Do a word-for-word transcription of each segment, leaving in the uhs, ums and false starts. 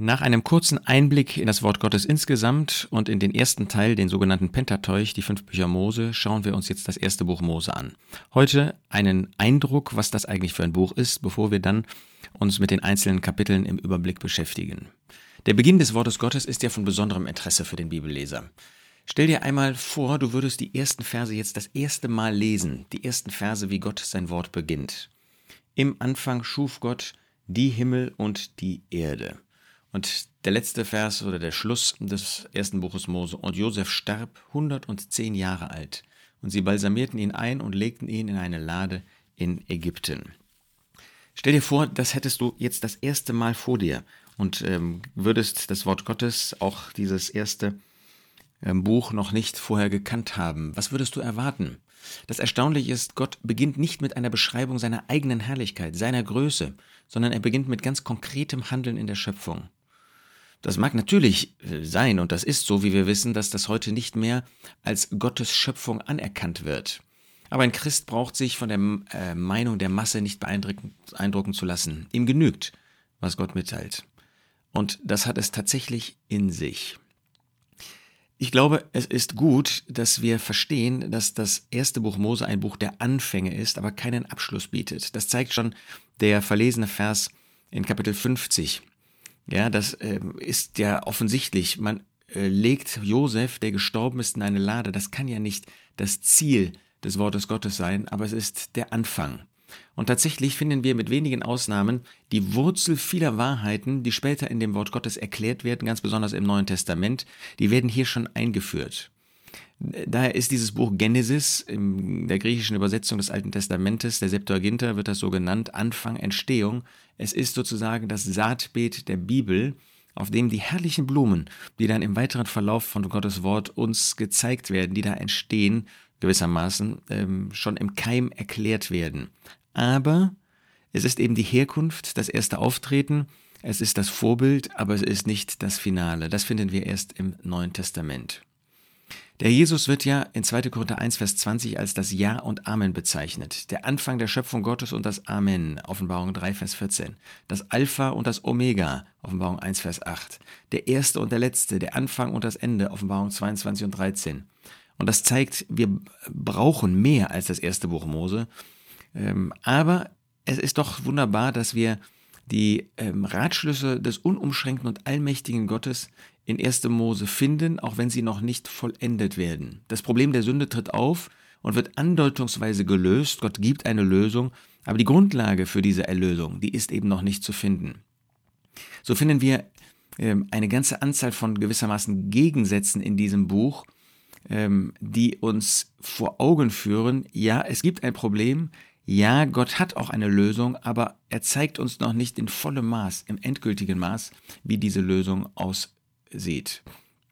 Nach einem kurzen Einblick in das Wort Gottes insgesamt und in den ersten Teil, den sogenannten Pentateuch, die fünf Bücher Mose, schauen wir uns jetzt das erste Buch Mose an. Heute einen Eindruck, was das eigentlich für ein Buch ist, bevor wir dann uns mit den einzelnen Kapiteln im Überblick beschäftigen. Der Beginn des Wortes Gottes ist ja von besonderem Interesse für den Bibelleser. Stell dir einmal vor, du würdest die ersten Verse jetzt das erste Mal lesen, die ersten Verse, wie Gott sein Wort beginnt. Im Anfang schuf Gott die Himmel und die Erde. Und der letzte Vers oder der Schluss des ersten Buches Mose: Und Josef starb hundertzehn Jahre alt, und sie balsamierten ihn ein und legten ihn in eine Lade in Ägypten. Stell dir vor, das hättest du jetzt das erste Mal vor dir und ähm, würdest das Wort Gottes, auch dieses erste ähm, Buch, noch nicht vorher gekannt haben. Was würdest du erwarten? Das Erstaunliche ist, Gott beginnt nicht mit einer Beschreibung seiner eigenen Herrlichkeit, seiner Größe, sondern er beginnt mit ganz konkretem Handeln in der Schöpfung. Das mag natürlich sein, und das ist so, wie wir wissen, dass das heute nicht mehr als Gottes Schöpfung anerkannt wird. Aber ein Christ braucht sich von der äh, Meinung der Masse nicht beeindrucken, beeindrucken zu lassen. Ihm genügt, was Gott mitteilt. Und das hat es tatsächlich in sich. Ich glaube, es ist gut, dass wir verstehen, dass das erste Buch Mose ein Buch der Anfänge ist, aber keinen Abschluss bietet. Das zeigt schon der verlesene Vers in Kapitel fünfzig. Ja, das äh, ist ja offensichtlich. Man äh, legt Josef, der gestorben ist, in eine Lade. Das kann ja nicht das Ziel des Wortes Gottes sein, aber es ist der Anfang. Und tatsächlich finden wir mit wenigen Ausnahmen die Wurzel vieler Wahrheiten, die später in dem Wort Gottes erklärt werden, ganz besonders im Neuen Testament, die werden hier schon eingeführt. Daher ist dieses Buch Genesis, in der griechischen Übersetzung des Alten Testamentes, der Septuaginta wird das so genannt, Anfang, Entstehung. Es ist sozusagen das Saatbeet der Bibel, auf dem die herrlichen Blumen, die dann im weiteren Verlauf von Gottes Wort uns gezeigt werden, die da entstehen, gewissermaßen ähm, schon im Keim erklärt werden. Aber es ist eben die Herkunft, das erste Auftreten, es ist das Vorbild, aber es ist nicht das Finale. Das finden wir erst im Neuen Testament. Der Jesus wird ja in zweiter Korinther eins, Vers zwanzig als das Ja und Amen bezeichnet. Der Anfang der Schöpfung Gottes und das Amen, Offenbarung drei, Vers vierzehn. Das Alpha und das Omega, Offenbarung eins, Vers acht. Der Erste und der Letzte, der Anfang und das Ende, Offenbarung zweiundzwanzig und dreizehn. Und das zeigt, wir brauchen mehr als das erste Buch Mose. Ähm, aber es ist doch wunderbar, dass wir die ähm, Ratschlüsse des unumschränkten und allmächtigen Gottes in erster Mose finden, auch wenn sie noch nicht vollendet werden. Das Problem der Sünde tritt auf und wird andeutungsweise gelöst. Gott gibt eine Lösung, aber die Grundlage für diese Erlösung, die ist eben noch nicht zu finden. So finden wir ähm, eine ganze Anzahl von gewissermaßen Gegensätzen in diesem Buch, ähm, die uns vor Augen führen, ja, es gibt ein Problem, ja, Gott hat auch eine Lösung, aber er zeigt uns noch nicht in vollem Maß, im endgültigen Maß, wie diese Lösung aussieht.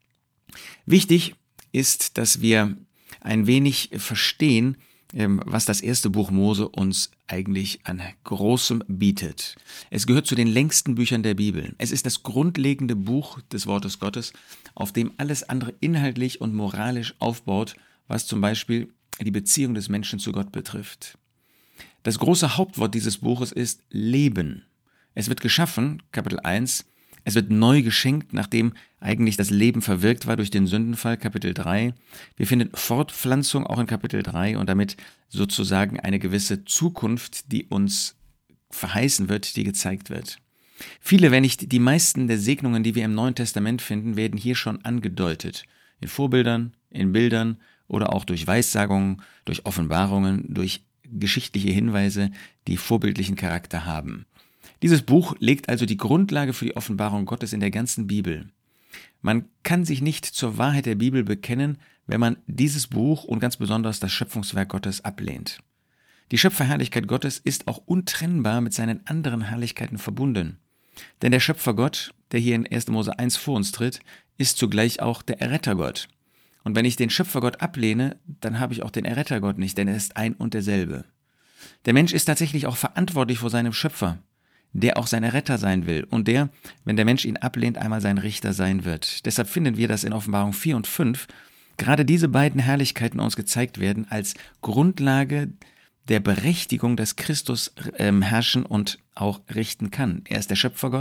Wichtig ist, dass wir ein wenig verstehen, was das erste Buch Mose uns eigentlich an Großem bietet. Es gehört zu den längsten Büchern der Bibel. Es ist das grundlegende Buch des Wortes Gottes, auf dem alles andere inhaltlich und moralisch aufbaut, was zum Beispiel die Beziehung des Menschen zu Gott betrifft. Das große Hauptwort dieses Buches ist Leben. Es wird geschaffen, Kapitel eins, es wird neu geschenkt, nachdem eigentlich das Leben verwirkt war durch den Sündenfall, Kapitel drei. Wir finden Fortpflanzung auch in Kapitel drei und damit sozusagen eine gewisse Zukunft, die uns verheißen wird, die gezeigt wird. Viele, wenn nicht die meisten der Segnungen, die wir im Neuen Testament finden, werden hier schon angedeutet. In Vorbildern, in Bildern oder auch durch Weissagungen, durch Offenbarungen, durch geschichtliche Hinweise, die vorbildlichen Charakter haben. Dieses Buch legt also die Grundlage für die Offenbarung Gottes in der ganzen Bibel. Man kann sich nicht zur Wahrheit der Bibel bekennen, wenn man dieses Buch und ganz besonders das Schöpfungswerk Gottes ablehnt. Die Schöpferherrlichkeit Gottes ist auch untrennbar mit seinen anderen Herrlichkeiten verbunden. Denn der Schöpfer Gott, der hier in erster Mose eins vor uns tritt, ist zugleich auch der Errettergott. Und wenn ich den Schöpfergott ablehne, dann habe ich auch den Errettergott nicht, denn er ist ein und derselbe. Der Mensch ist tatsächlich auch verantwortlich vor seinem Schöpfer, der auch sein Retter sein will und der, wenn der Mensch ihn ablehnt, einmal sein Richter sein wird. Deshalb finden wir, dass in Offenbarung vier und fünf gerade diese beiden Herrlichkeiten uns gezeigt werden als Grundlage der Berechtigung, dass Christus ähm, herrschen und auch richten kann. Er ist der Schöpfergott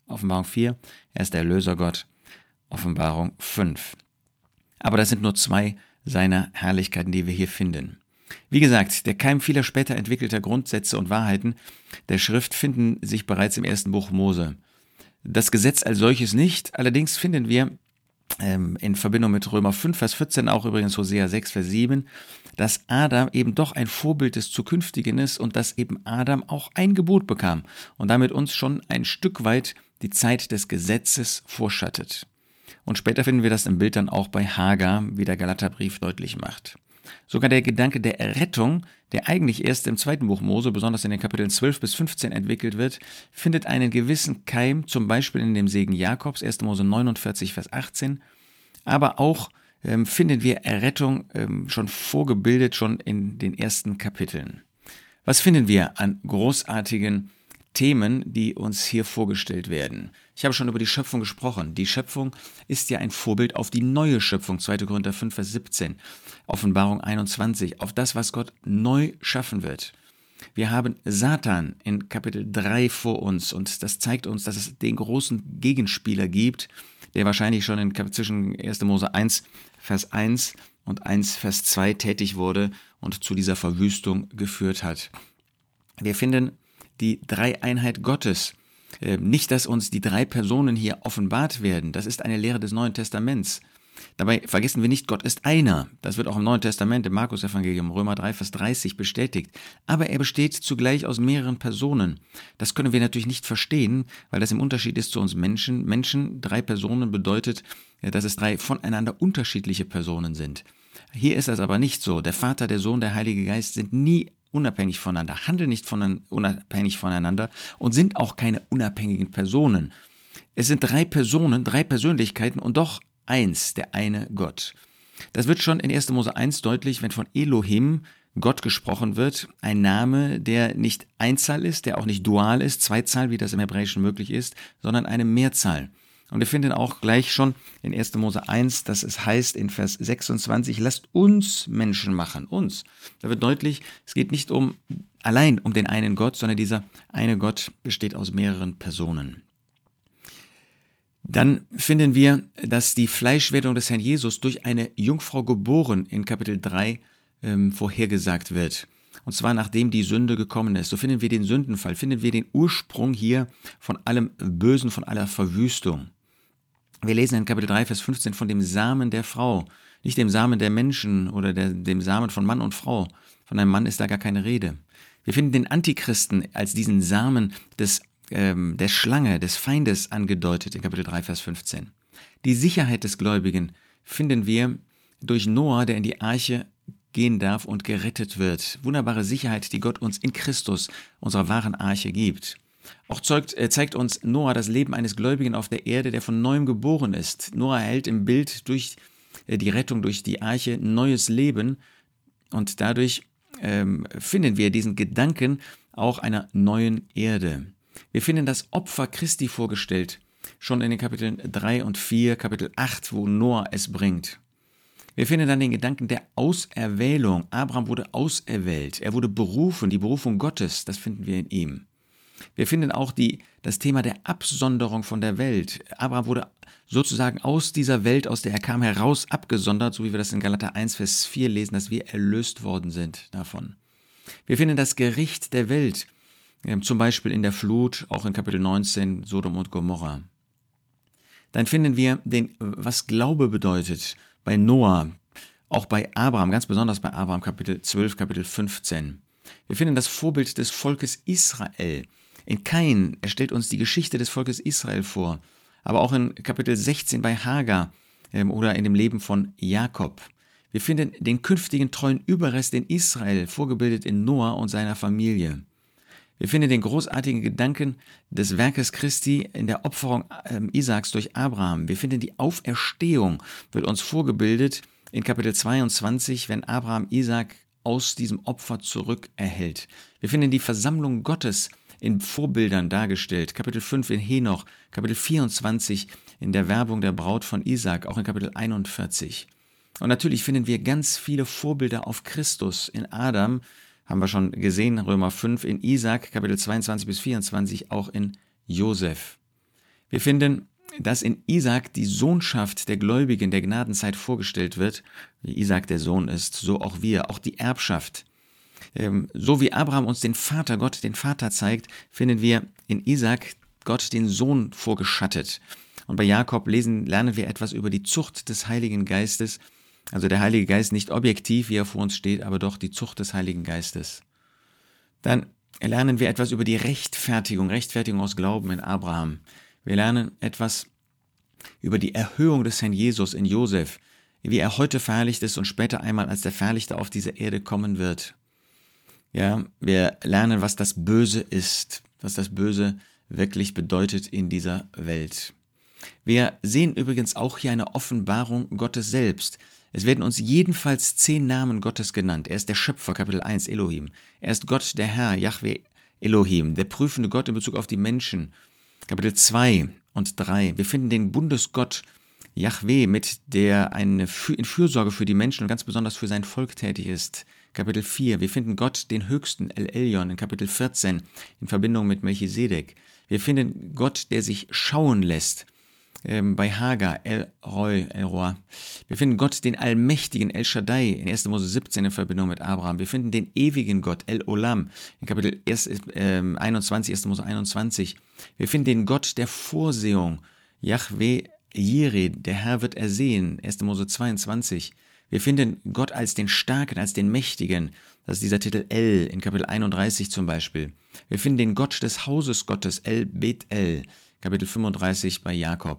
Offenbarung vier. Er ist der Erlösergott, Offenbarung fünf. Aber das sind nur zwei seiner Herrlichkeiten, die wir hier finden. Wie gesagt, der Keim vieler später entwickelter Grundsätze und Wahrheiten der Schrift finden sich bereits im ersten Buch Mose. Das Gesetz als solches nicht, allerdings finden wir ähm, in Verbindung mit Römer fünf, Vers vierzehn, auch übrigens Hosea sechs, Vers sieben, dass Adam eben doch ein Vorbild des Zukünftigen ist und dass eben Adam auch ein Gebot bekam und damit uns schon ein Stück weit die Zeit des Gesetzes vorschattet. Und später finden wir das im Bild dann auch bei Hagar, wie der Galaterbrief deutlich macht. Sogar der Gedanke der Errettung, der eigentlich erst im zweiten Buch Mose, besonders in den Kapiteln zwölf bis fünfzehn entwickelt wird, findet einen gewissen Keim, zum Beispiel in dem Segen Jakobs, erster Mose neunundvierzig, Vers achtzehn. Aber auch ähm, finden wir Errettung ähm, schon vorgebildet, schon in den ersten Kapiteln. Was finden wir an großartigen Themen, die uns hier vorgestellt werden? Ich habe schon über die Schöpfung gesprochen. Die Schöpfung ist ja ein Vorbild auf die neue Schöpfung, zweiter Korinther fünf, Vers siebzehn, Offenbarung einundzwanzig, auf das, was Gott neu schaffen wird. Wir haben Satan in Kapitel drei vor uns und das zeigt uns, dass es den großen Gegenspieler gibt, der wahrscheinlich schon in Kap- zwischen erster Mose eins, Vers eins und eins, Vers zwei tätig wurde und zu dieser Verwüstung geführt hat. Wir finden die Dreieinheit Gottes. Nicht, dass uns die drei Personen hier offenbart werden. Das ist eine Lehre des Neuen Testaments. Dabei vergessen wir nicht, Gott ist einer. Das wird auch im Neuen Testament, im Markus-Evangelium, Römer drei, Vers dreißig bestätigt. Aber er besteht zugleich aus mehreren Personen. Das können wir natürlich nicht verstehen, weil das im Unterschied ist zu uns Menschen. Menschen, drei Personen bedeutet, dass es drei voneinander unterschiedliche Personen sind. Hier ist das aber nicht so. Der Vater, der Sohn, der Heilige Geist sind nie unabhängig voneinander, handeln nicht von, unabhängig voneinander und sind auch keine unabhängigen Personen. Es sind drei Personen, drei Persönlichkeiten und doch eins, der eine Gott. Das wird schon in erster Mose eins deutlich, wenn von Elohim, Gott, gesprochen wird, ein Name, der nicht Einzahl ist, der auch nicht dual ist, Zweizahl, wie das im Hebräischen möglich ist, sondern eine Mehrzahl. Und wir finden auch gleich schon in erster Mose eins, dass es heißt in Vers sechsundzwanzig, lasst uns Menschen machen, uns. Da wird deutlich, es geht nicht um allein um den einen Gott, sondern dieser eine Gott besteht aus mehreren Personen. Dann finden wir, dass die Fleischwerdung des Herrn Jesus durch eine Jungfrau geboren in Kapitel drei ähm, vorhergesagt wird. Und zwar nachdem die Sünde gekommen ist. So finden wir den Sündenfall, finden wir den Ursprung hier von allem Bösen, von aller Verwüstung. Wir lesen in Kapitel drei, Vers fünfzehn von dem Samen der Frau, nicht dem Samen der Menschen oder der, dem Samen von Mann und Frau. Von einem Mann ist da gar keine Rede. Wir finden den Antichristen als diesen Samen des, ähm, der Schlange, des Feindes angedeutet in Kapitel drei, Vers fünfzehn. Die Sicherheit des Gläubigen finden wir durch Noah, der in die Arche gehen darf und gerettet wird. Wunderbare Sicherheit, die Gott uns in Christus, unserer wahren Arche, gibt. Auch zeugt, äh, zeigt uns Noah das Leben eines Gläubigen auf der Erde, der von Neuem geboren ist. Noah erhält im Bild durch äh, die Rettung, durch die Arche, neues Leben und dadurch ähm, finden wir diesen Gedanken auch einer neuen Erde. Wir finden das Opfer Christi vorgestellt, schon in den Kapiteln drei und vier, Kapitel acht, wo Noah es bringt. Wir finden dann den Gedanken der Auserwählung. Abraham wurde auserwählt, er wurde berufen, die Berufung Gottes, das finden wir in ihm. Wir finden auch die, das Thema der Absonderung von der Welt. Abraham wurde sozusagen aus dieser Welt, aus der er kam, heraus abgesondert, so wie wir das in Galater eins, Vers vier lesen, dass wir erlöst worden sind davon. Wir finden das Gericht der Welt, zum Beispiel in der Flut, auch in Kapitel neunzehn, Sodom und Gomorra. Dann finden wir, den, was Glaube bedeutet, bei Noah, auch bei Abraham, ganz besonders bei Abraham, Kapitel zwölf, Kapitel fünfzehn. Wir finden das Vorbild des Volkes Israel. In Kain, er stellt uns die Geschichte des Volkes Israel vor, aber auch in Kapitel sechzehn bei Hagar ähm, oder in dem Leben von Jakob. Wir finden den künftigen treuen Überrest in Israel, vorgebildet in Noah und seiner Familie. Wir finden den großartigen Gedanken des Werkes Christi in der Opferung ähm, Isaaks durch Abraham. Wir finden die Auferstehung, wird uns vorgebildet in Kapitel zweiundzwanzig, wenn Abraham Isaak aus diesem Opfer zurückerhält. Wir finden die Versammlung Gottes in Vorbildern dargestellt. Kapitel fünf in Henoch, Kapitel vierundzwanzig in der Werbung der Braut von Isaak, auch in Kapitel einundvierzig. Und natürlich finden wir ganz viele Vorbilder auf Christus in Adam, haben wir schon gesehen, Römer fünf, in Isaak, Kapitel zweiundzwanzig bis vierundzwanzig, auch in Josef. Wir finden, dass in Isaak die Sohnschaft der Gläubigen der Gnadenzeit vorgestellt wird, wie Isaak der Sohn ist, so auch wir, auch die Erbschaft. Ähm, so wie Abraham uns den Vater, Gott den Vater zeigt, finden wir in Isaak Gott den Sohn vorgeschattet. Und bei Jakob lesen, lernen wir etwas über die Zucht des Heiligen Geistes, also der Heilige Geist nicht objektiv, wie er vor uns steht, aber doch die Zucht des Heiligen Geistes. Dann lernen wir etwas über die Rechtfertigung, Rechtfertigung aus Glauben in Abraham. Wir lernen etwas über die Erhöhung des Herrn Jesus in Josef, wie er heute verherrlicht ist und später einmal als der Verherrlichte auf diese Erde kommen wird. Ja, wir lernen, was das Böse ist, was das Böse wirklich bedeutet in dieser Welt. Wir sehen übrigens auch hier eine Offenbarung Gottes selbst. Es werden uns jedenfalls zehn Namen Gottes genannt. Er ist der Schöpfer, Kapitel eins, Elohim. Er ist Gott, der Herr, Jahwe Elohim, der prüfende Gott in Bezug auf die Menschen, Kapitel zwei und drei. Wir finden den Bundesgott Jahwe, mit der eine in Fürsorge für die Menschen und ganz besonders für sein Volk tätig ist, Kapitel vier. Wir finden Gott, den Höchsten, El Elyon, in Kapitel vierzehn, in Verbindung mit Melchisedek. Wir finden Gott, der sich schauen lässt, ähm, bei Hagar, El Roi, El Roi. Wir finden Gott, den Allmächtigen, El Shaddai, in erster Mose siebzehn in Verbindung mit Abraham. Wir finden den ewigen Gott, El Olam, in Kapitel einundzwanzig, erster Mose einundzwanzig. Wir finden den Gott der Vorsehung, Jahwe Jireh, der Herr wird ersehen, erster Mose zweiundzwanzig. Wir finden Gott als den Starken, als den Mächtigen. Das ist dieser Titel El in Kapitel einunddreißig zum Beispiel. Wir finden den Gott des Hauses Gottes, El Bet El, Kapitel fünfunddreißig bei Jakob.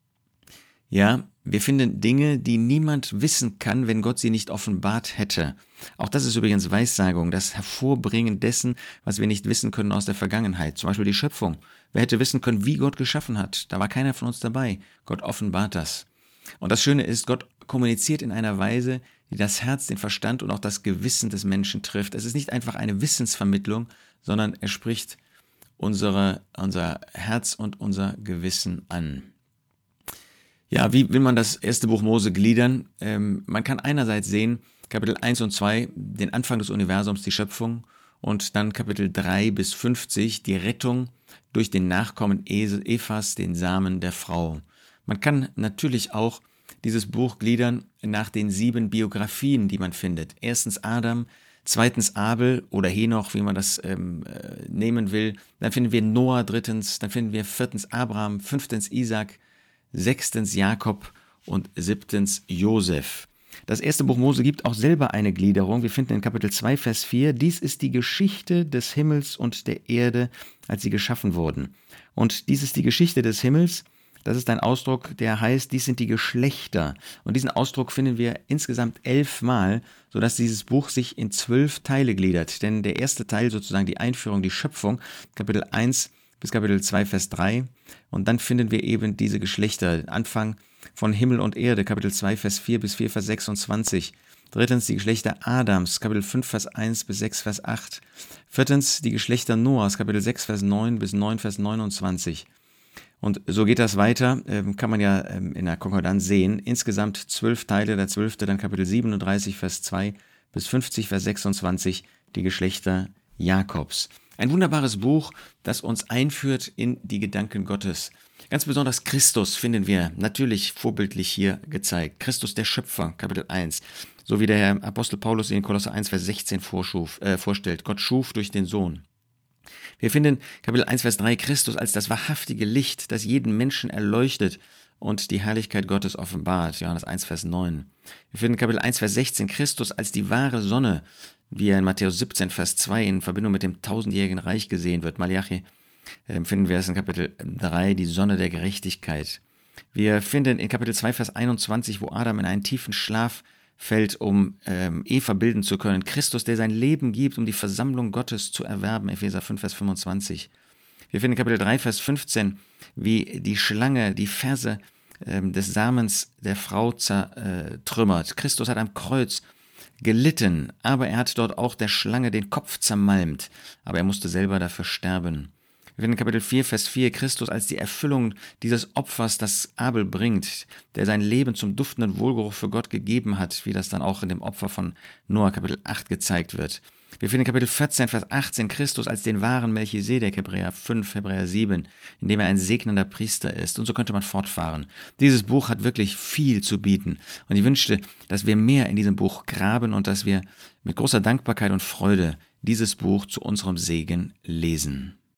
Ja, wir finden Dinge, die niemand wissen kann, wenn Gott sie nicht offenbart hätte. Auch das ist übrigens Weissagung, das Hervorbringen dessen, was wir nicht wissen können aus der Vergangenheit. Zum Beispiel die Schöpfung. Wer hätte wissen können, wie Gott geschaffen hat? Da war keiner von uns dabei. Gott offenbart das. Und das Schöne ist, Gott kommuniziert in einer Weise, die das Herz, den Verstand und auch das Gewissen des Menschen trifft. Es ist nicht einfach eine Wissensvermittlung, sondern er spricht unsere, unser Herz und unser Gewissen an. Ja, wie will man das erste Buch Mose gliedern? Ähm, man kann einerseits sehen, Kapitel eins und zwei, den Anfang des Universums, die Schöpfung, und dann Kapitel drei bis fünfzig, die Rettung durch den Nachkommen Evas, den Samen der Frau. Man kann natürlich auch dieses Buch gliedern nach den sieben Biografien, die man findet. Erstens Adam, zweitens Abel oder Henoch, wie man das ähm, äh, nehmen will. Dann finden wir Noah drittens, dann finden wir viertens Abraham, fünftens Isaac, sechstens Jakob und siebtens Josef. Das erste Buch Mose gibt auch selber eine Gliederung. Wir finden in Kapitel zwei, Vers vier, dies ist die Geschichte des Himmels und der Erde, als sie geschaffen wurden. Und dies ist die Geschichte des Himmels. Das ist ein Ausdruck, der heißt, dies sind die Geschlechter. Und diesen Ausdruck finden wir insgesamt elfmal, sodass dieses Buch sich in zwölf Teile gliedert. Denn der erste Teil, sozusagen die Einführung, die Schöpfung, Kapitel eins bis Kapitel zwei, Vers drei. Und dann finden wir eben diese Geschlechter. Anfang von Himmel und Erde, Kapitel zwei, Vers vier bis vier, Vers sechsundzwanzig. Drittens die Geschlechter Adams, Kapitel fünf, Vers eins bis sechs, Vers acht. Viertens die Geschlechter Noahs, Kapitel sechs, Vers neun bis neun, Vers neunundzwanzig. Und so geht das weiter, ähm, kann man ja ähm, in der Konkordanz sehen. Insgesamt zwölf Teile, der zwölfte dann Kapitel siebenunddreißig, Vers zwei bis fünfzig, Vers sechsundzwanzig, die Geschlechter Jakobs. Ein wunderbares Buch, das uns einführt in die Gedanken Gottes. Ganz besonders Christus finden wir natürlich vorbildlich hier gezeigt. Christus der Schöpfer, Kapitel eins. So wie der Apostel Paulus in Kolosser eins, Vers sechzehn vorschuf, äh, vorstellt. Gott schuf durch den Sohn. Wir finden Kapitel eins, Vers drei Christus als das wahrhaftige Licht, das jeden Menschen erleuchtet und die Herrlichkeit Gottes offenbart. Johannes eins, Vers neun. Wir finden Kapitel eins, Vers sechzehn Christus als die wahre Sonne, wie er in Matthäus siebzehn, Vers zwei in Verbindung mit dem tausendjährigen Reich gesehen wird. Malachi äh, finden wir es in Kapitel drei, die Sonne der Gerechtigkeit. Wir finden in Kapitel zwei, Vers einundzwanzig, wo Adam in einen tiefen Schlaf fällt, um ähm, Eva bilden zu können. Christus, der sein Leben gibt, um die Versammlung Gottes zu erwerben. Epheser fünf, Vers fünfundzwanzig. Wir finden in Kapitel drei, Vers fünfzehn, wie die Schlange die Ferse ähm, des Samens der Frau zertrümmert. Christus hat am Kreuz gelitten, aber er hat dort auch der Schlange den Kopf zermalmt. Aber er musste selber dafür sterben. Wir finden in Kapitel vier, Vers vier Christus als die Erfüllung dieses Opfers, das Abel bringt, der sein Leben zum duftenden Wohlgeruch für Gott gegeben hat, wie das dann auch in dem Opfer von Noah, Kapitel acht, gezeigt wird. Wir finden in Kapitel vierzehn, Vers achtzehn Christus als den wahren Melchisedek, Hebräer fünf, Hebräer sieben, in dem er ein segnender Priester ist. Und so könnte man fortfahren. Dieses Buch hat wirklich viel zu bieten. Und ich wünschte, dass wir mehr in diesem Buch graben und dass wir mit großer Dankbarkeit und Freude dieses Buch zu unserem Segen lesen.